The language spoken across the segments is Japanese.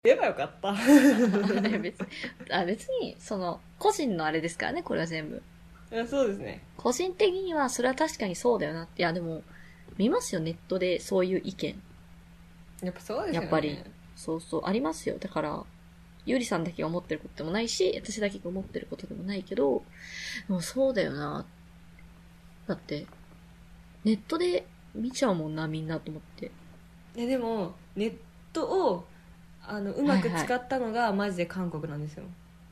言えばよかった。 別に、その、個人のあれですからね、これは全部。 いや、そうですね。 個人的には、それは確かにそうだよなって。いや、でも、見ますよ、ネットでそういう意見。 やっぱそうですやっぱり。 よね。 そうそう、ありますよ。だから、ゆりさんだけが思ってることでもないし、私だけが思ってることでもないけど、でもそうだよな。だって、ネットで見ちゃうもんな、みんなと思って。 いやでもネットをうまくはいはい。 使ったのがマジで韓国なんですよ。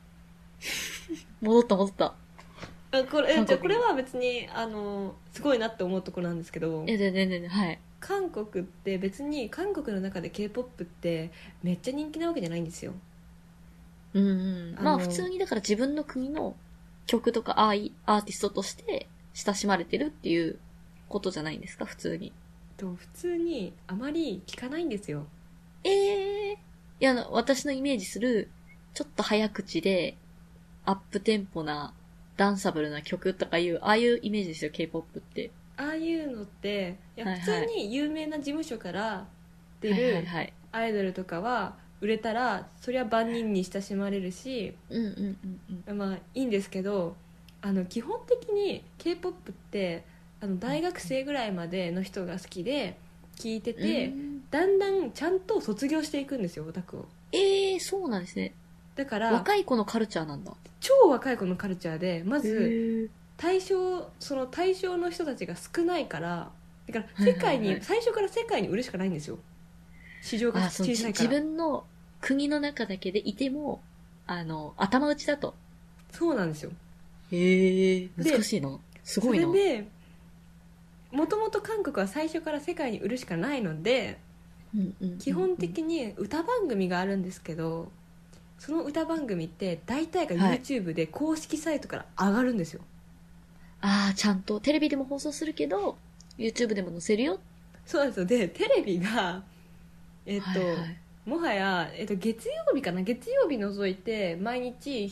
戻った戻った。 じゃあこれ韓国に。 は別にすごいなって思うところなんですけど、 全然、はい。 韓国って別に韓国の中で K-POP ってめっちゃ人気なわけじゃないんですよ。 うんうん。まあ普あの通にだから自分の国の曲とかアーティストとして親しまれてるっていうことじゃないんですか、普通に。 普通にあまり聞かないんですよ。 いや、私のイメージする、ちょっと早口で、アップテンポな、ダンサブルな曲とかいう、ああいうイメージですよ、K-POP って。 ああいうのっていや普通はいはい。 に有名な事務所から出はいはいるはい。 アイドルとかは売れたらそりゃ万人に親しまれるし、 うんうんうんうん。 まあいいんですけど、基本的に K-POP って大学生ぐらいまでの人が好きで聞いてうーて、 ん。 だんだんちゃんと卒業していくんですよ、オタクを。 そうなんですね。 だから若い子のカルチャーなんだ。 超若い子のカルチャーで、まへずー。 その対象の人たちが少ないから、だからはいはいはい。 最初から世界に売るしかないんですよ。市場がその自小さいから。 分の国の中だけでいても、頭打ちだと。 そうなんですよ。 難でしいな。すそごいな。 れでもともと韓国は最初から世界に売るしかないので、 うんうん基本うんうん。 的に歌番組があるんですけど、その歌番組って大体がはい。 YouTube で公式サイトから上がるんですよ。 ちゃんとテレビでも放送するけど、YouTube でも載せるよ。 そうなんですよ。でテレビがえっとはいはい。 もはや、月曜日かな、月曜日除いて毎日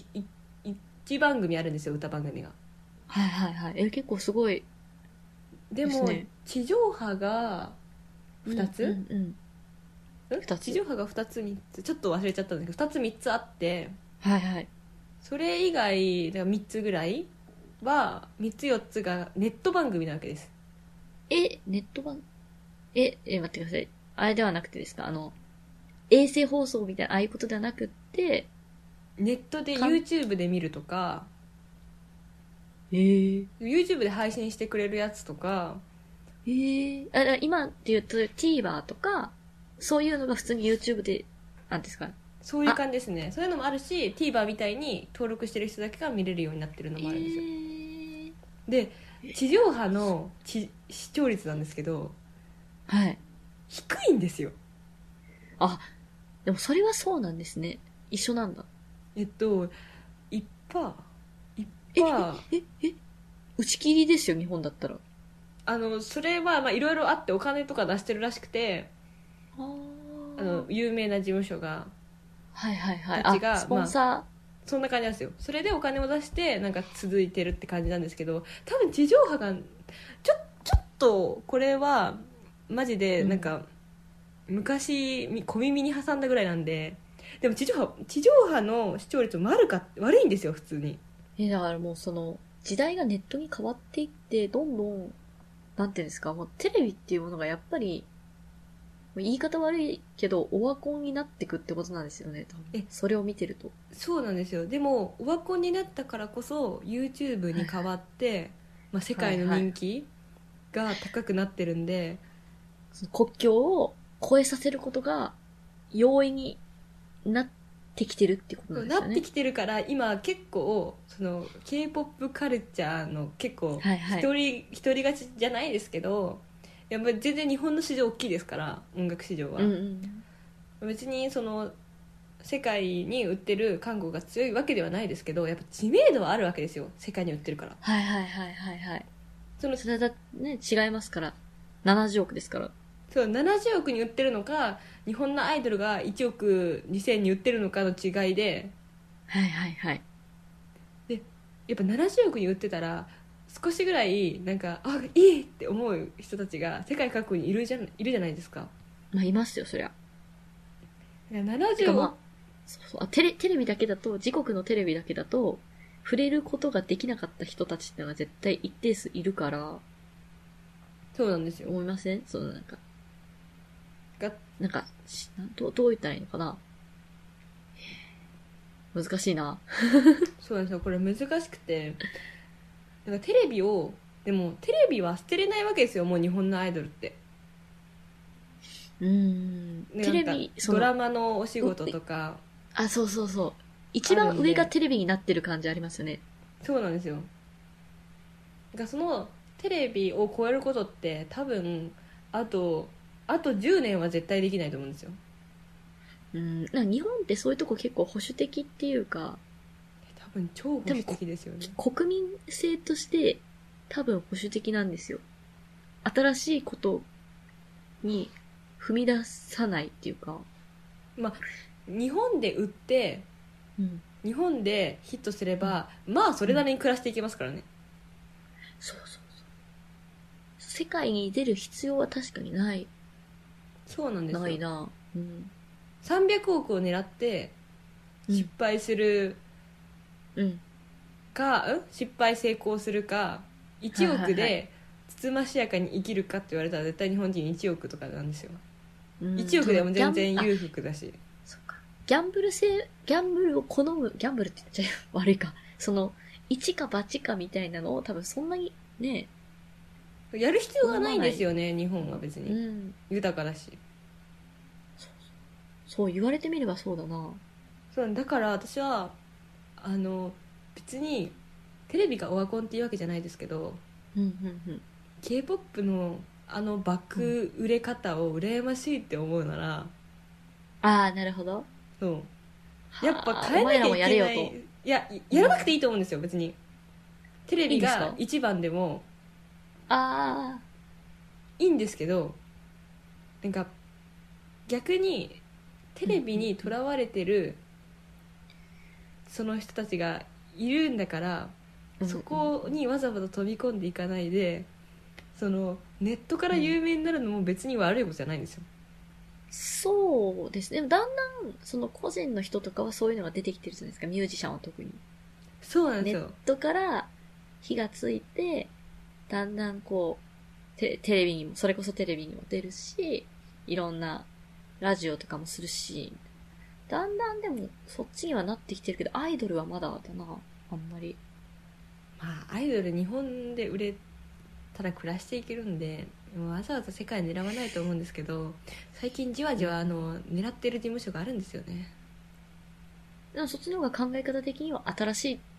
1番組あるんですよ、歌番組が。 はいはいはい。結構すごいでもですね。 地上波が2 うんうつんうん。二つ。 地上波が2つ3つちょっと忘れちゃったんですけど、2つ3つあって、 はいはい。 それ以外だから3つぐらいは3つ4つがネット番組なわけです。 ネット版待ってください。あれではなくてですか衛星放送みたいな、ああいうことではなくって、 ネットでかん、 YouTube で見るとか、 えー、 YouTube で配信してくれるやつとか。 今って言うと TVer とか、そういうのが普通に YouTube で、なんですか。 そういうあ、 感じですね。そういうのもあるし TVer みたいに登録してる人だけが見れるようになってるのえもあるんですよ。 ー、 で地上波の視聴率なんですけど、 はい。 低いんですよ。 あ、でもそれはそうなんですね。一緒なんだ。 えっと1%、 え、 1%。 打ち切りですよ、日本だったら。 それはいろいろあってお金とか出してるらしくて、 あー。 有名な事務所がはいはいはい。 たちスがポンサそんな感じなんですよ。それでお金を出してなんか続いてるって感じなんですけど、多分地上波がちょっとこれはマジでー。うん。 なんか昔小耳に挟んだぐらいなんで。でも地上波の視聴率も悪いんですよ普通に。 だからもうその、時代がネットに変わっていって、どんどん、なんていうんですか、もうテレビっていうものがやっぱり、言い方悪いけど、オワコンになってくってことなんですよね、多分。 えそれを見てると。 そうなんですよ。でもオワコンになったからこそ YouTube はいに変わって、世界のはいはい。 人気が高くなってるんで。 その国境を越えさせることが容易になってきてるってことなんですよね。 なってきてるから今結構その K-POP カルチャーの結構はいはい。 一人勝ちじゃないですけど、やっぱり全然日本の市場大きいですから、音楽市場うんは。 うん。 別にその世界に売ってる韓国が強いわけではないですけど、やっぱ知名度はあるわけですよ、世界に売ってるから。 はいはいはいはいはい。 そのそれはだね、違いますから。70億ですから。 70億に売ってるのか日本のアイドルが1億2000に売ってるのかの違いで。 はいはいはい。 でやっぱ70億に売ってたら少しぐらいなんかいいって思う人たちが世界各国にいるじゃないですか。 まあ、いますよ、そりゃ。 いやてかまあ 70、 そうそう、テレビだけだと、自国のテレビだけだと、触れることができなかった人たちってのが絶対一定数いるから、 そうなんですよ思いません？そのがなんか、どう言ったらいいのかな？難しいな。 そうなんですよ、これ難しくて、なんかテレビを、でもテレビは捨てれないわけですよ、もう日本のアイドルって。 テレビ、 ドラマのお仕事とかあ、そうそうそう。一番上がテレビになってる感じありますよね。 そうなんですよ。そのテレビを超えることって多分あと10年は絶対できないと思うんですよ。 なんか日本ってそういうとこ結構保守的っていうか、 多分超保守的ですよね。 国民性として多分保守的なんですよ。新しいことに踏み出さないっていうか。 まあ日本で売って、日本でヒットすれば、まあそれなりに暮らしていけますからね。 そうそうそう。世界に出る必要は確かにない。 そうなんですよ。 ないな。 300億を狙って失敗するか、失敗成功するか、1億でつつましやかに生きるかって言われたら絶対日本人1億とかなんですよ。1億でも全然裕福だし。 そっか。ギャンブルを好む、ギャンブルって言っちゃ悪いか。その、一か八かみたいなのを多分そんなにね、 やる必要がないんですよね、日本は別に。豊かだし。 そう言われてみればそうだな。 そうだから私は別にテレビがオワコンっていうわけじゃないですけど、K-POP の爆売れ方を羨ましいって思うなら、 ああなるほど。 そうやっぱ変えなきゃいけない。いやらなくていいと思うんですよ別に。テレビが一番でもいいんですけど、なんか逆にテレビにとらわれてるその人たちがいるんだから、そこにわざわざ飛び込んでいかないで、そのネットから有名になるのも別に悪いことじゃないんですよ。 そうですね。でもだんだんその個人の人とかはそういうのが出てきてるじゃないですか。ミュージシャンは特に。 そうなんですよ。 ネットから火がついて、だんだんこうテレビにも、それこそテレビにも出るし、いろんなラジオとかもするし、だんだんでもそっちにはなってきてるけど、アイドルはまだだな、あんまり。 まあアイドル日本で売れたら暮らしていけるんで、わざわざ世界狙わないと思うんですけど、最近じわじわ狙ってる事務所があるんですよね。 でもそっちの方が考え方的には新しい。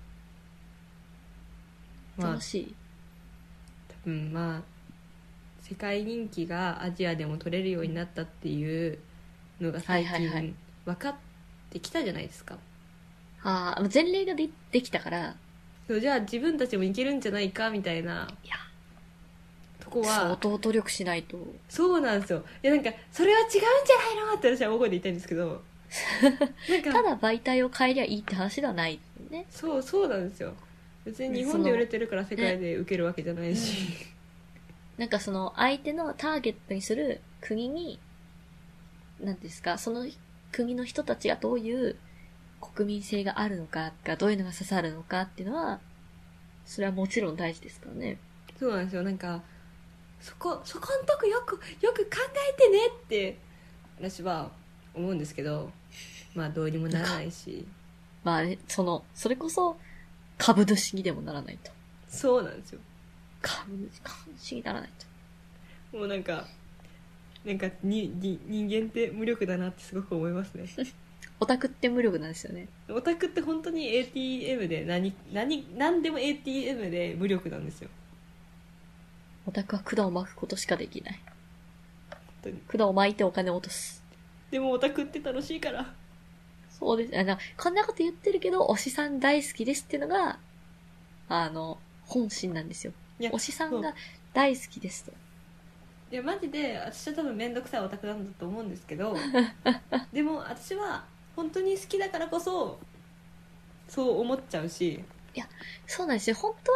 多分世界人気がアジアでも取れるようになったっていうのが最近分かってきたじゃないですか。 前例が できたから、 そうじゃあ自分たちもいけるんじゃないかみたいなとこは相当努力しないと。 そうなんですよ。いやなんかそれは違うんじゃないのって私は大声で言いたいんですけどなんかただ媒体を変えりゃいいって話ではないね。 そうなんですよ。別に日本で売れてるから世界で受けるわけじゃないし、 なんかその相手のターゲットにする国に、何ですか、その国の人たちがどういう国民性があるのか、どういうのが刺さるのかっていうのは、それはもちろん大事ですからね。 そうなんですよ。なんかそこんとこよく考えてねって私は思うんですけど、まあどうにもならないし、 まあね、それこそ株主にでもならないと。 そうなんですよ。 株主にならないと。もうなんか人間って無力だなってすごく思いますね。 オタクって無力なんですよね。 オタクって本当に ATM で何でも ATM で無力なんですよ。 オタクは管を巻くことしかできない。管を巻いてお金を落とす。 でもオタクって楽しいから。 そうです。こんなこと言ってるけど、推しさん大好きですっていうのが、本心なんですよ。推しさんが大好きですと。 いやマジで私は多分めんどくさいオタクなんだと思うんですけどでも私は本当に好きだからこそそう思っちゃうし。 いやそうなんですよ。本当は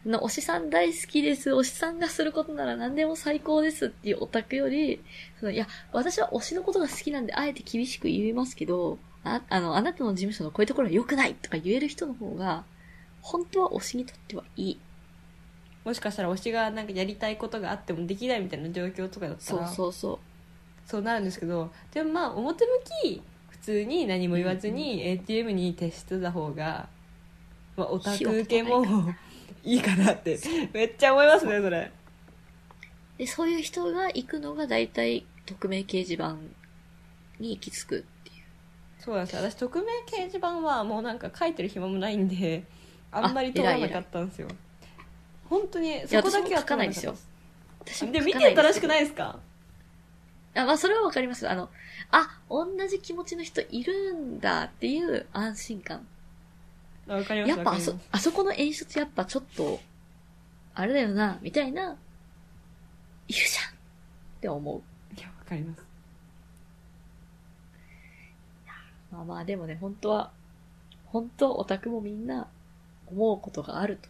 推しさん大好きです。推しさんがすることなら何でも最高ですっていうオタクより、いや、私は推しのことが好きなんで、あえて厳しく言いますけど、あなたの事務所のこういうところは良くないとか言える人の方が、本当は推しにとってはいい。 もしかしたら推しがなんかやりたいことがあってもできないみたいな状況とかだったらそうなるんですけど、でもまあ表向き普通に何も言わずに ATM に徹してた方が、まあ、オタク受けもいいかなってめっちゃ思いますねそれで。そういう人が行くのが大体匿名掲示板に行き着くっていう。 そうなんですよ。私匿名掲示板はもうなんか書いてる暇もないんであんまり通らなかったんですよ。本当にそこだけは書かないですよ。 で見て楽しくないですか？ まあそれはわかります。同じ気持ちの人いるんだっていう安心感。 わかります。 やっぱあそこの演出やっぱちょっとあれだよなみたいな、いるじゃんって思う。 いやわかります。 まあでもね、本当オタクもみんな思うことがあると。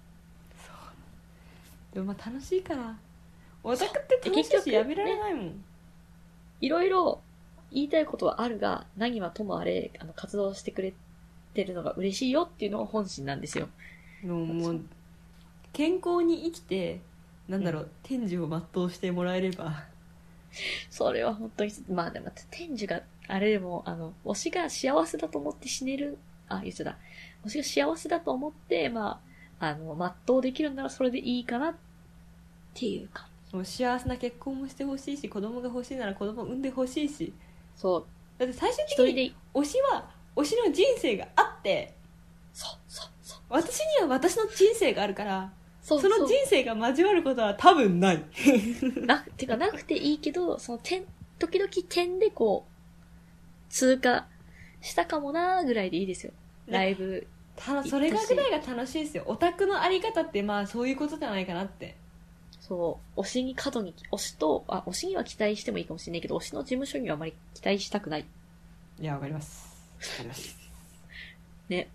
でもまあ楽しいから、オタクって楽しいしやめられないもん、ね、 いろいろ言いたいことはあるが、何はともあれ活動してくれてるのが嬉しいよっていうのが本心なんですよ。 もう健康に生きて天寿を全うしてもらえればそれは本当に、まあでも天寿があれでも推しが幸せだと思って死ねる、言っちゃった、推しが幸せだと思って全うできるならそれでいいかなっていうか、 もう幸せな結婚もしてほしいし、子供が欲しいなら子供産んでほしいし、 そう。 だって最終的に推しは推しの人生があって、私には私の人生があるから、その人生が交わることは多分ないてかなくていいけど、時々点でこう通過したかもなーぐらいでいいですよ、ライブ。 それがぐらいが楽しいですよ。オタクのあり方ってまあそういうことじゃないかなって。 そう、推しには期待してもいいかもしれないけど、推しの事務所にはあまり期待したくない。 いや、わかります。わかります。 ね。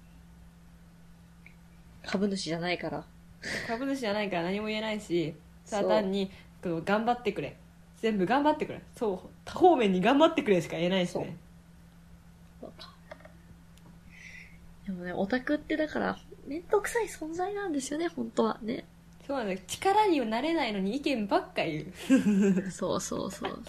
株主じゃないから何も言えないし、ただ単に頑張ってくれ、全部頑張ってくれ、そう多方面に頑張ってくれしか言えないしね。 でもね、オタクってだからめんどくさい存在なんですよね、本当はね。 そうなんだよ。力にはなれないのに意見ばっか言うそう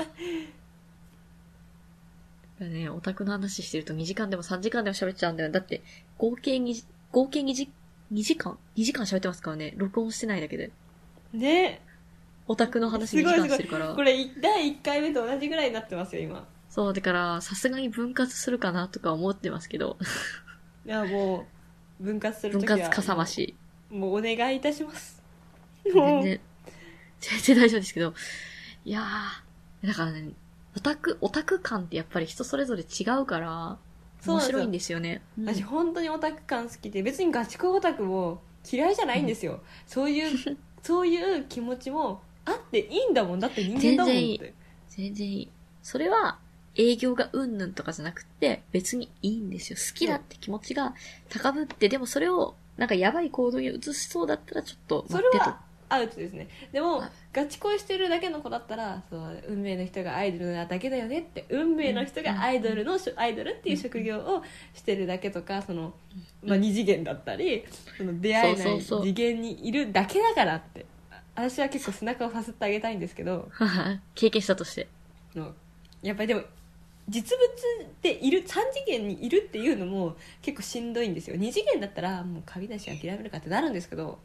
ね、オタクの話してると2時間でも3時間でも喋っちゃうんだよ。だって合計2時間喋ってますからね、録音してないだけでね。 オタクの話2時間してるから、 これ第1回目と同じぐらいになってますよ今。 そうだからさすがに分割するかなとか思ってますけどいやもう分割するときは分割かさましもうお願いいたします。 全然大丈夫ですけど、いやーだからね、オタク感ってやっぱり人それぞれ違うから面白いんですよね。 私本当にオタク感好きで、別にガチ恋オタクも嫌いじゃないんですよ、そういう気持ちもあっていいんだもん。だって人間だもんって。 全然いい。それは営業がうんぬんとかじゃなくて別にいいんですよ。好きだって気持ちが高ぶって、でもそれをなんかやばい行動に移しそうだったらちょっと待ってと。それはアウトですね。でもガチ恋してるだけの子だったら、そう運命の人がアイドルなだけだよねって、運命の人がアイドルっていう職業をしてるだけとか、二次元だったり、出会えない次元にいるだけだからって、私は結構背中をさすってあげたいんですけど経験したとしてやっぱりでも実物でいる、3次元にいるっていうのも結構しんどいんですよ。2次元だったらもう鍵出し諦めるかってなるんですけど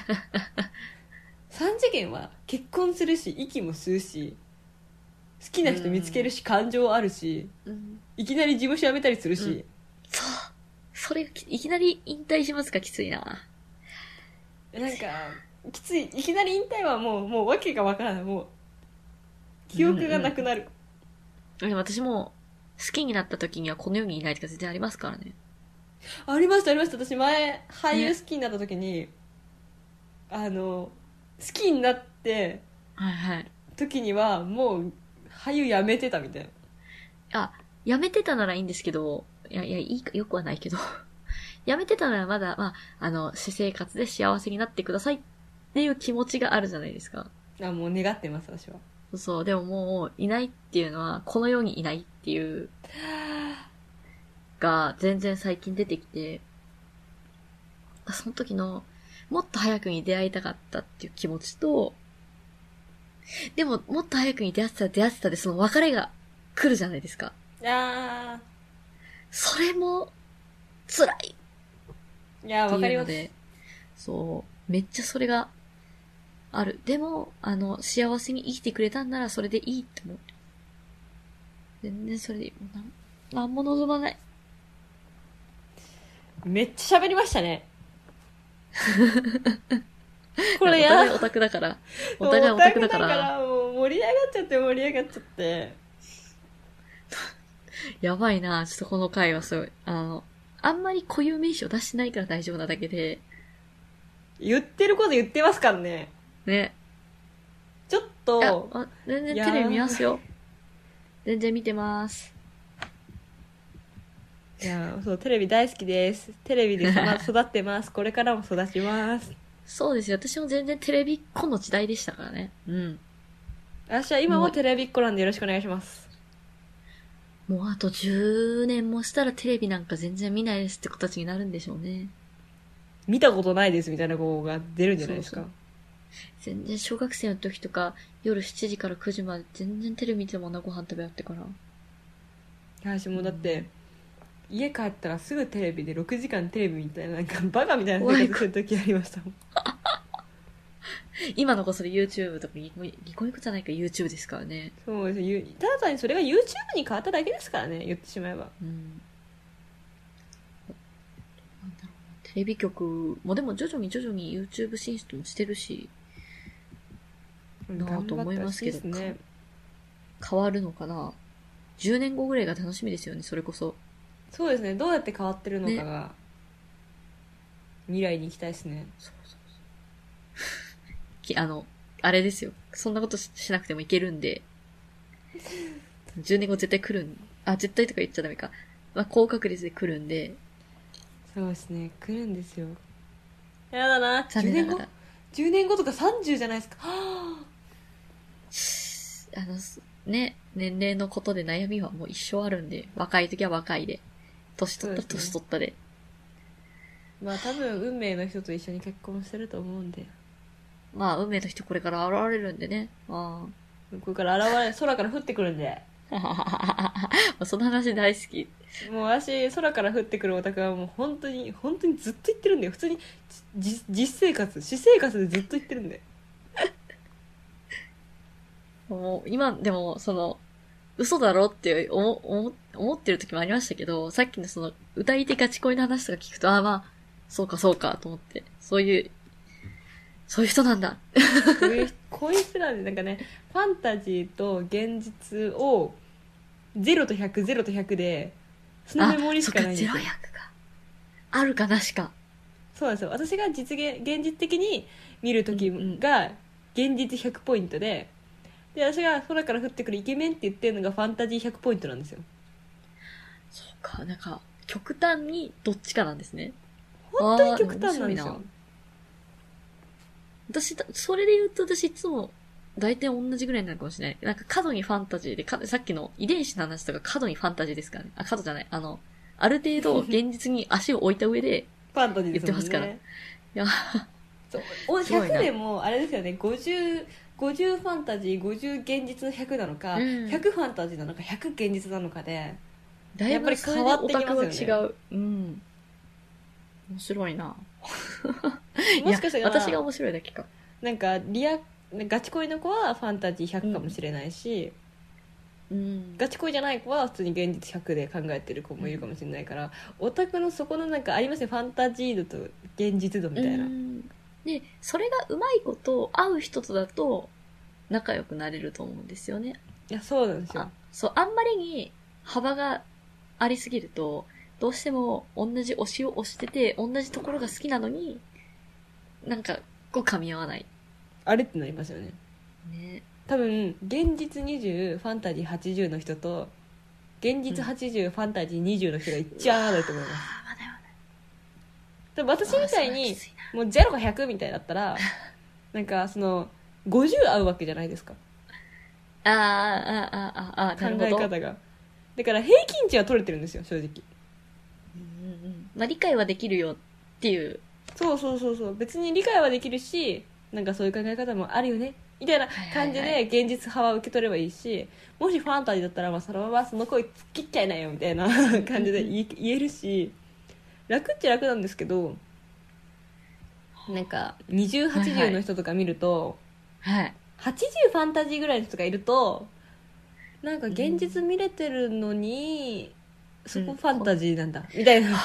3次元は結婚するし息も吸うし好きな人見つけるし、感情あるし、いきなり事務所辞めたりするし、 それいきなり引退しますか、きついな。 なんかきつい。いきなり引退はもう訳がわからない。もう記憶がなくなる。 でも私も好きになった時にはこの世にいないとか全然ありますからね。 ありました。私前俳優好きになった時に、好きになって時にはもう俳優やめてたみたいな。 やめてたならいいんですけど、いやよくはないけどやめてたならまだ、まあ、私生活で幸せになってくださいっていう気持ちがあるじゃないですか。 あ、もう願ってます、私は。 そう、でももう、いないっていうのは、この世にいないっていう、が、全然最近出てきて、その時の、もっと早くに出会いたかったっていう気持ちと、でも、もっと早くに出会ってたで、その別れが来るじゃないですか。 あそれも、辛いー。いや、 ってわかります。 いうので、そう、めっちゃそれがある。でも、幸せに生きてくれたんならそれでいいって思う。全然それでいい。なんも望まない。 めっちゃ喋りましたね。これお互いオタクだから。お互いオタクだから。 もう盛り上がっちゃって。 やばいな、ちょっとこの回はすごい。あんまり固有名詞を出してないから大丈夫なだけで。 言ってること言ってますからね。 ね。 ちょっと。 全然テレビ見ますよ。全然見てます。 いや、そう、テレビ大好きです。テレビで育ってます。これからも育ちます。 そうですよ。私も全然テレビっ子の時代でしたからね。うん。 私は今もテレビっ子なんでよろしくお願いします。 もうあと10年もしたらテレビなんか全然見ないですって子たちになるんでしょうね。 見たことないですみたいな子が出るんじゃないですか。 そう全然小学生の時とか夜7時から9時まで全然テレビ見てもなご飯食べ合ってから。 私もだって、家帰ったらすぐテレビで6時間テレビみたいな、なんかバカみたいな生活する時ありましたもん。 今の子それ YouTube とかニコニコじゃないか YouTube ですからね。 そうですよ。ただ単にそれが YouTube に変わっただけですからね、言ってしまえば。 うん。なんだろうな。テレビ局もでも徐々に YouTube 進出もしてるし、なぁと思いますけど、 ね、 変わるのかな。10年後ぐらいが楽しみですよね、それこそ。 そうですね、どうやって変わってるのかが、未来に行きたいですね。 そうあれですよ。そんなこと しなくてもいけるんで、10年後絶対来る絶対とか言っちゃダメか。まあ、高確率で来るんで。 そうですね、来るんですよ。やだな、 10年後 10年後とか30じゃないですか。 ね、年齢のことで悩みはもう一生あるんで、若い時は若いで、年取ったら年取ったで。 まあ多分運命の人と一緒に結婚してると思うんで。 まあ運命の人これから現れるんでね。 これから空から降ってくるんで。 その話大好き。 もう私、空から降ってくるオタクはもう本当にずっと言ってるんだよ。普通に実生活、私生活でずっと言ってるんで。 もう今でも嘘だろって思ってる時もありましたけど、さっきの歌い手ガチ恋の話とか聞くと、まあ、そうかと思って、そういう人なんだ。 こういう人なんで、なんかね、ファンタジーと現実を0と100で、そのメモリしかないんですよ。 0、100が。あるかなしか。 そうなんですよ。私が現実的に見るときが現実100ポイントで、私が空から降ってくるイケメンって言ってるのがファンタジー100ポイントなんですよ。 そうか、なんか、極端にどっちかなんですね。 本当に極端なんですよ。 私、それで言うと私いつも大体同じぐらいになるかもしれない。なんか過度にファンタジーで、さっきの遺伝子の話とか過度にファンタジーですからね。過度じゃない。ある程度現実に足を置いた上でファンタジーですもんね。 言ってますから。いや、 そう、100でもあれですよね、50ファンタジー、50現実の100なのか、100ファンタジーなのか、100現実なのかで、やっぱり変わってきますよね。 オタクは違う。うん。面白いな。 もしかしたら私が面白いだけか。 なんかガチ恋の子はファンタジー100かもしれないし、ガチ恋じゃない子は普通に現実100で考えてる子もいるかもしれないから、オタクのそこのなんかありますね、ファンタジー度と現実度みたいな。 で、それがうまいこと合う人とだと仲良くなれると思うんですよね。 いや、そうなんですよ。 あんまりに幅がありすぎると、どうしても同じ推しを推してて、同じところが好きなのに、なんか、噛み合わない。 あれってなりますよね。 ね。 多分、現実20、ファンタジー80の人と、現実80、ファンタジー20の人が一番合わないと思います。 でも私みたいにあーそれはきついもう0か100みたいだったらなんかその50合うわけじゃないですか、 な。な考るほど。 え方が。だから平均値は取れてるんですよ正直。 うんうんうん。まあ理解はできるよっていう。 そうそうそうそう、別に理解はできるし、なんかそういう考え方もあるよねみたいな感じで現実派は受け取ればいいし、もしファンタジーだったらまあそのままその声突っ切っちゃいなよみたいな感じで言えるし、楽っちゃ楽なんですけど、なんか2080の人とか見ると、 はい。 80ファンタジーぐらいの人がいるとなんか現実見れてるのに、そこファンタジーなんだみたいな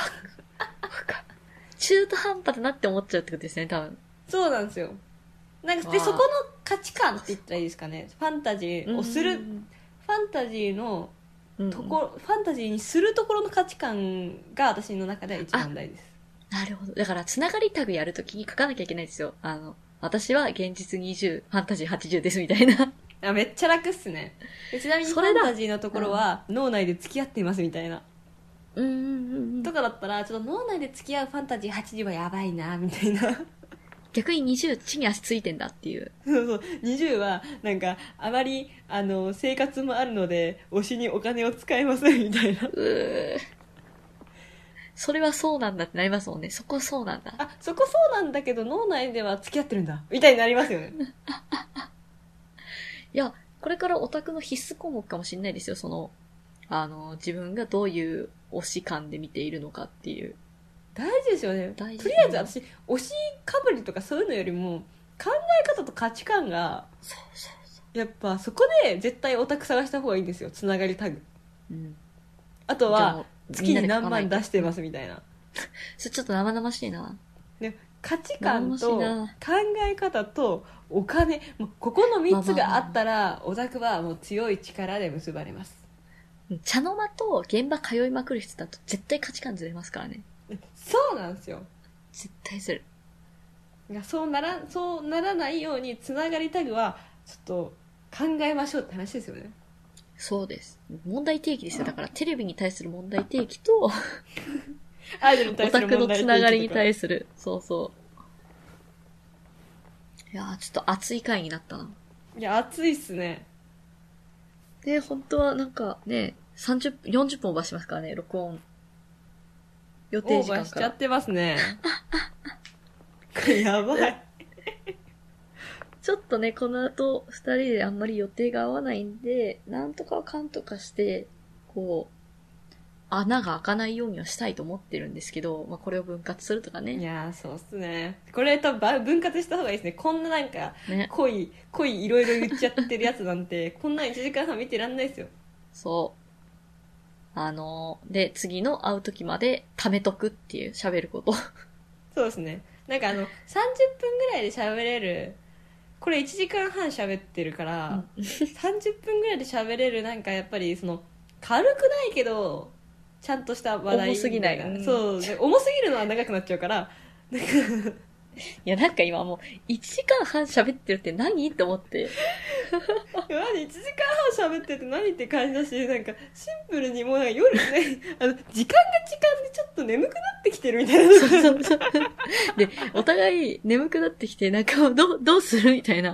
中途半端だなって思っちゃうってことですね、多分。 そうなんですよ。なんかでわあそこの価値観って言ったらいいですかね、ファンタジーをする、ファンタジーのところ、ファンタジーにするところの価値観が私の中では一番大事です。 なるほど。だから、つながりタグやるときに書かなきゃいけないんですよ。私は現実20、ファンタジー80ですみたいな。 あ、めっちゃ楽っすね。でちなみにファンタジーのところは脳内で付き合っていますみたいなとかだったらちょっと脳内で付き合うファンタジー80はやばいなみたいな逆に20、地に足ついてんだっていう。 そうそう、20はなんかあまり生活もあるので推しにお金を使えませんみたいな。 それはそうなんだってなりますもんね。そこそうなんだ。 あ、そこそうなんだけど脳内では付き合ってるんだみたいになりますよねいや、これからオタクの必須項目かもしれないですよ。自分がどういう推し感で見ているのかっていう。 大事ですよね。と大事りあえず私推しかぶりとかそういうのよりも考え方と価値観がやっぱそこで絶対オタク探した方がいいんですよ、つながりタグ。 うん。 あとはじゃあもう月に何万出してますみたいな。 それちょっと生々しいな。 で価値観と生々 考しいえ方とお金、もうここの3つがあったらオタクはもう強い力で結ばれます。 茶の間と現場通いまくる人だと絶対価値観ずれますからね。 そうなんですよ。 絶対ずる。 いやそうならないようにつながりタグはちょっと考えましょうって話ですよね。 そうです。問題提起ですよ。だからテレビに対する問題提起と、 アイドルにオタクの対する問題つながりにす対する。そうそう。いやー、ちょっと熱い回になったな。 いや熱いっすね。 で、本当はなんかね、30分、40分オーバーしますからね、録音。予定オー時間から。 バーしちゃってますねこれやばいちょっとね、この後、二人であんまり予定が合わないんで、なんとかかんとかして、こう、穴が開かないようにはしたいと思ってるんですけど、まあ、これを分割するとかいね。 やーそうっすね。これ多分分割した方がいいですね。こんななんかね。 濃いいろいろ言っちゃってるやつなんてこんな1時間半見てらんないですよ。 そうで、次の会う時まで貯めとくっていう喋ること。 そうですね。なんか30分ぐらいで喋れる、これ1時間半喋ってるから、30分ぐらいで喋れる、なんかやっぱりその軽くないけどちゃんとした話題みた重すぎないそうで重すぎるのは長くなっちゃうからなんかいや、なんか今もう、1時間半喋ってるって何って思って。 何1時間半喋ってて何って感じだし、なんかシンプルにもうなんか夜ね時間が時間でちょっと眠くなってきてるみたいな。 そうで、お互い眠くなってきて、なんかどうするみたいな。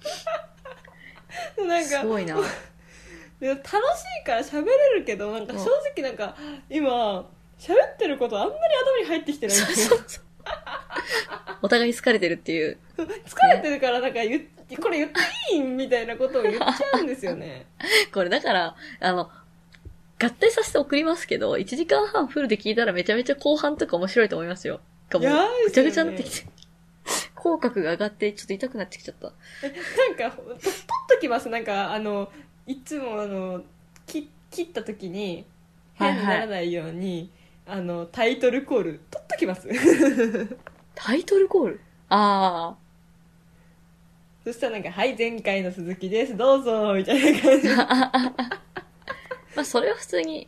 なんかすごいな。 楽しいから喋れるけど、なんか正直なんか今喋ってることあんまり頭に入ってきてないんですよ。 お互い疲れてるっていう。 疲れてるからなんかこれ言っていいみたいなことを言っちゃうんですよね。 これだから、合体させて送りますけど、1時間半フルで聞いたらめちゃめちゃ後半とか面白いと思いますよ。もうぐちゃぐちゃになってきて。口角が上がってちょっと痛くなってきちゃった。 なんか、取っときます。なんか、いつも切った時に変にならないように、タイトルコール取っときます。 タイトルコールああ。 そしたらなんか、はい、前回の鈴木です、どうぞ、みたいな感じ。 まあ、それは普通に、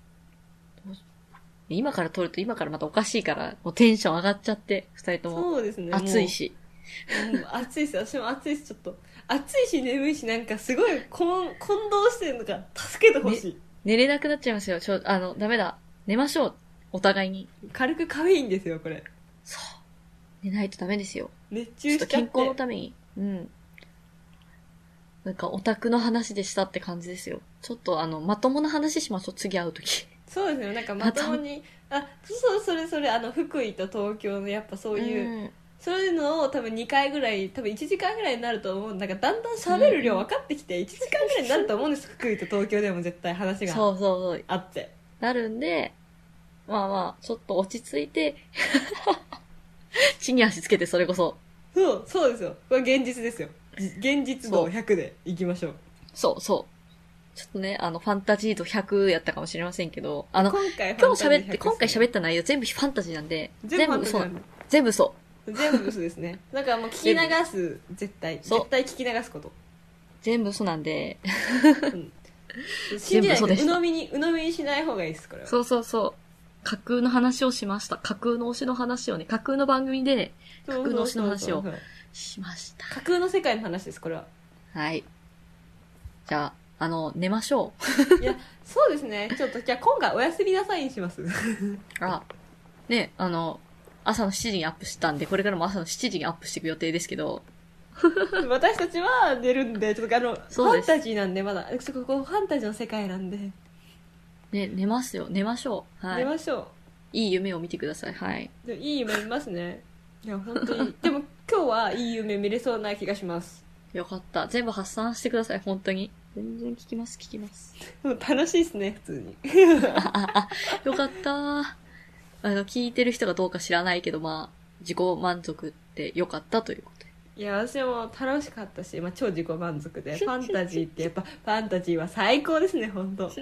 今から撮ると今からまたおかしいから、もうテンション上がっちゃって、二人とも。 そうですね。 暑いし。 暑いです。私も暑いし、ちょっと。暑いし眠いし、なんかすごい混同してるのか、助けてほしい、 寝れなくなっちゃいますよ。ダメだ。寝ましょう。お互いに。 軽くカフェインですよ、これ。 そう。寝ないとダメですよ。 熱ちょっと中しちゃって。 健康のために。うん。なんかオタクの話でしたって感じですよ。ちょっとまともな話しましょう、次会うとき。 そうですね、なんかまともに、それ、福井と東京のやっぱそういう、そういうのを多分2回ぐらい、多分1時間ぐらいになると思う。なんかだんだん喋る量分かってきて、1時間ぐらいになると思うんです。福井と東京でも絶対話がそうそうそう。 あって。 なるんで、まあまあ、ちょっと落ち着いて、地に足つけてそれこそ。 そうですよ。これ現実ですよ。現実度100でいきましょう。 そうそう。ちょっとね、ファンタジー度100やったかもしれませんけど、 今回喋った内容全部ファンタジーなんで、全部嘘。全部嘘。 全部嘘ですね。だからもう聞き流す、絶対聞き流すこと。 全部嘘なんで、 信じないで鵜呑みにしない方がいいです、これは。 そうそうそう。架空の話をしました。架空の推しの話をね、架空の番組で、架空の推しの話をしました。 架空の世界の話です、これは。 はい。じゃあ、寝ましょう。いや、そうですね。ちょっと、じゃあ今回おやすみなさいにします。 ね、朝の7時にアップしたんで、これからも朝の7時にアップしていく予定ですけど。 私たちは寝るんで、ちょっとファンタジーなんで、まだ、ここファンタジーの世界なんで。 ね、寝ますよ。寝ましょう。はい。 寝ましょう。 いい夢を見てください。はい。 いい夢見ますね。いや、本当に。でも今日はいい夢見れそうな気がします。 よかった。全部発散してください、本当に。全然聞きます。 楽しいですね、普通に。 よかった。聞いてる人がどうか知らないけど、まあ、自己満足ってよかったということで。 いや、私も楽しかったし、まあ、超自己満足で、ファンタジーってやっぱ、ファンタジーは最高ですね、本当。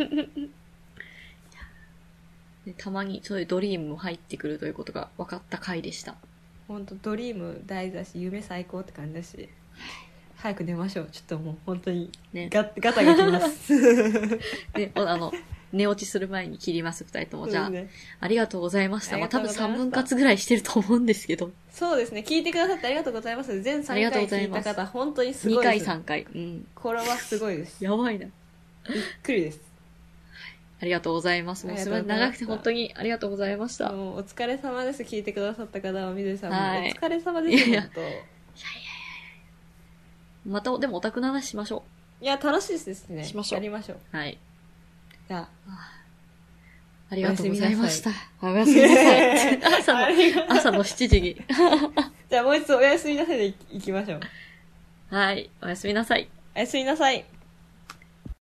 たまにそういうドリームも入ってくるということが分かった回でした。 本当ドリーム大事だし、夢最高って感じだし、早く寝ましょう。ちょっともう本当にガタがきます。 で、寝落ちする前に切ります、二人とも。じゃあ、ありがとうございました。まあ多分3分割ぐらいしてると思うんですけど。 そうですね。聞いてくださってありがとうございます。全3回聞いた方、本当にすごいです。 2回、3回。うん。 これはすごいです。 やばいな。 びっくりです。 ありがとうございます。もうすごい長くて本当にありがとうございました。 もうお疲れ様です。聞いてくださった方は、みどりさんもお疲れ様です。本当。いやまた、でもオタクの話しましょう。いや、楽しいですね。 しましょう。 やりましょう。 はい。 じゃありがとうございました。おやすみなさい。朝の7時に。 じゃあもう一度おやすみなさいでいきましょう。 はい。おやすみなさい。 おやすみなさい。